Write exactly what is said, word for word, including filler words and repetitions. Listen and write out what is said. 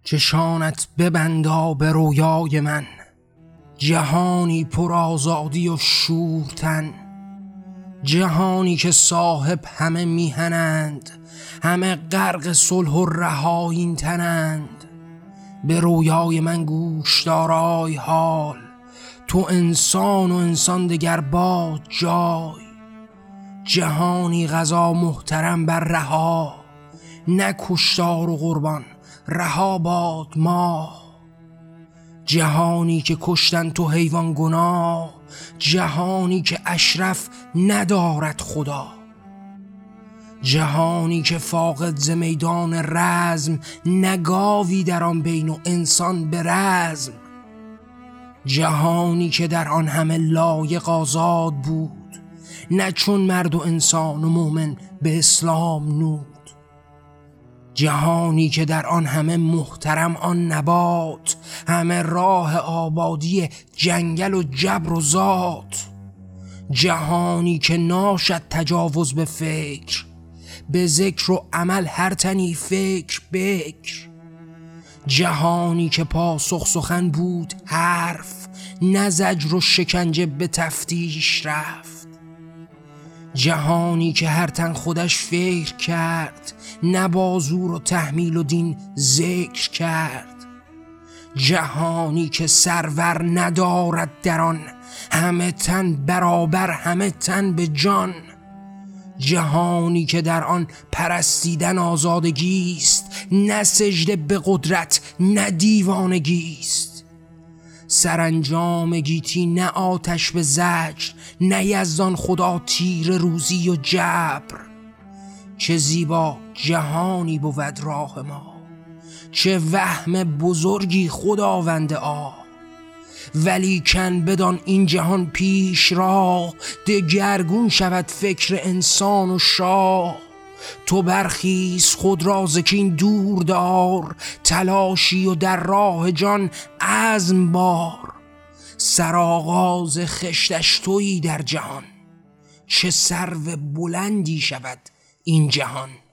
چشانت ببندا به رویای من، جهانی پر آزادی و شورتن، جهانی که صاحب همه میهنند، همه غرق صلح و رهایین تنند. به رویای من گوش دارای حال، تو انسان و انسان دگر باد جای. جهانی غذا محترم بر رها، نه کشتار و قربان رها باد ماه. جهانی که کشتن تو حیوان گناه، جهانی که اشرف ندارد خدا. جهانی که فاقد ز میدان رزم، نگاوی در آن بین و انسان به رزم. جهانی که در آن همه لایق آزاد بود، نه چون مرد و انسان و مومن به اسلام نود. جهانی که در آن همه محترم آن نبات، همه راه آبادی جنگل و جبر و ذات. جهانی که ناشد تجاوز به فکر، به ذکر و عمل هر تنی فکر بکر. جهانی که پاسخ سخن بود حرف، نه زجر و شکنجه به تفتیش رفت. جهانی که هر تن خودش فکر کرد، نه با زور و تحمیل و دین ذکر کرد. جهانی که سرور ندارد در آن، همه تن برابر همه تن به جان. جهانی که در آن پرستیدن آزادگیست، نه سجده به قدرت نه دیوانگیست. سرانجام گیتی نه آتش به زجر، نه یزدان خدا تیر روزی و جبر. چه زیبا جهانی بود راه ما، چه وهم بزرگی خداوند آه. ولیکن بدان این جهان پیش راه، دگرگون شود فکر انسان و شاه. تو برخیز خود را ز کین دور دار، تلاشی و در راه جان عزم بار. سرآغاز خشتش تویی در جهان، چه سرو بلندی شود این جهان.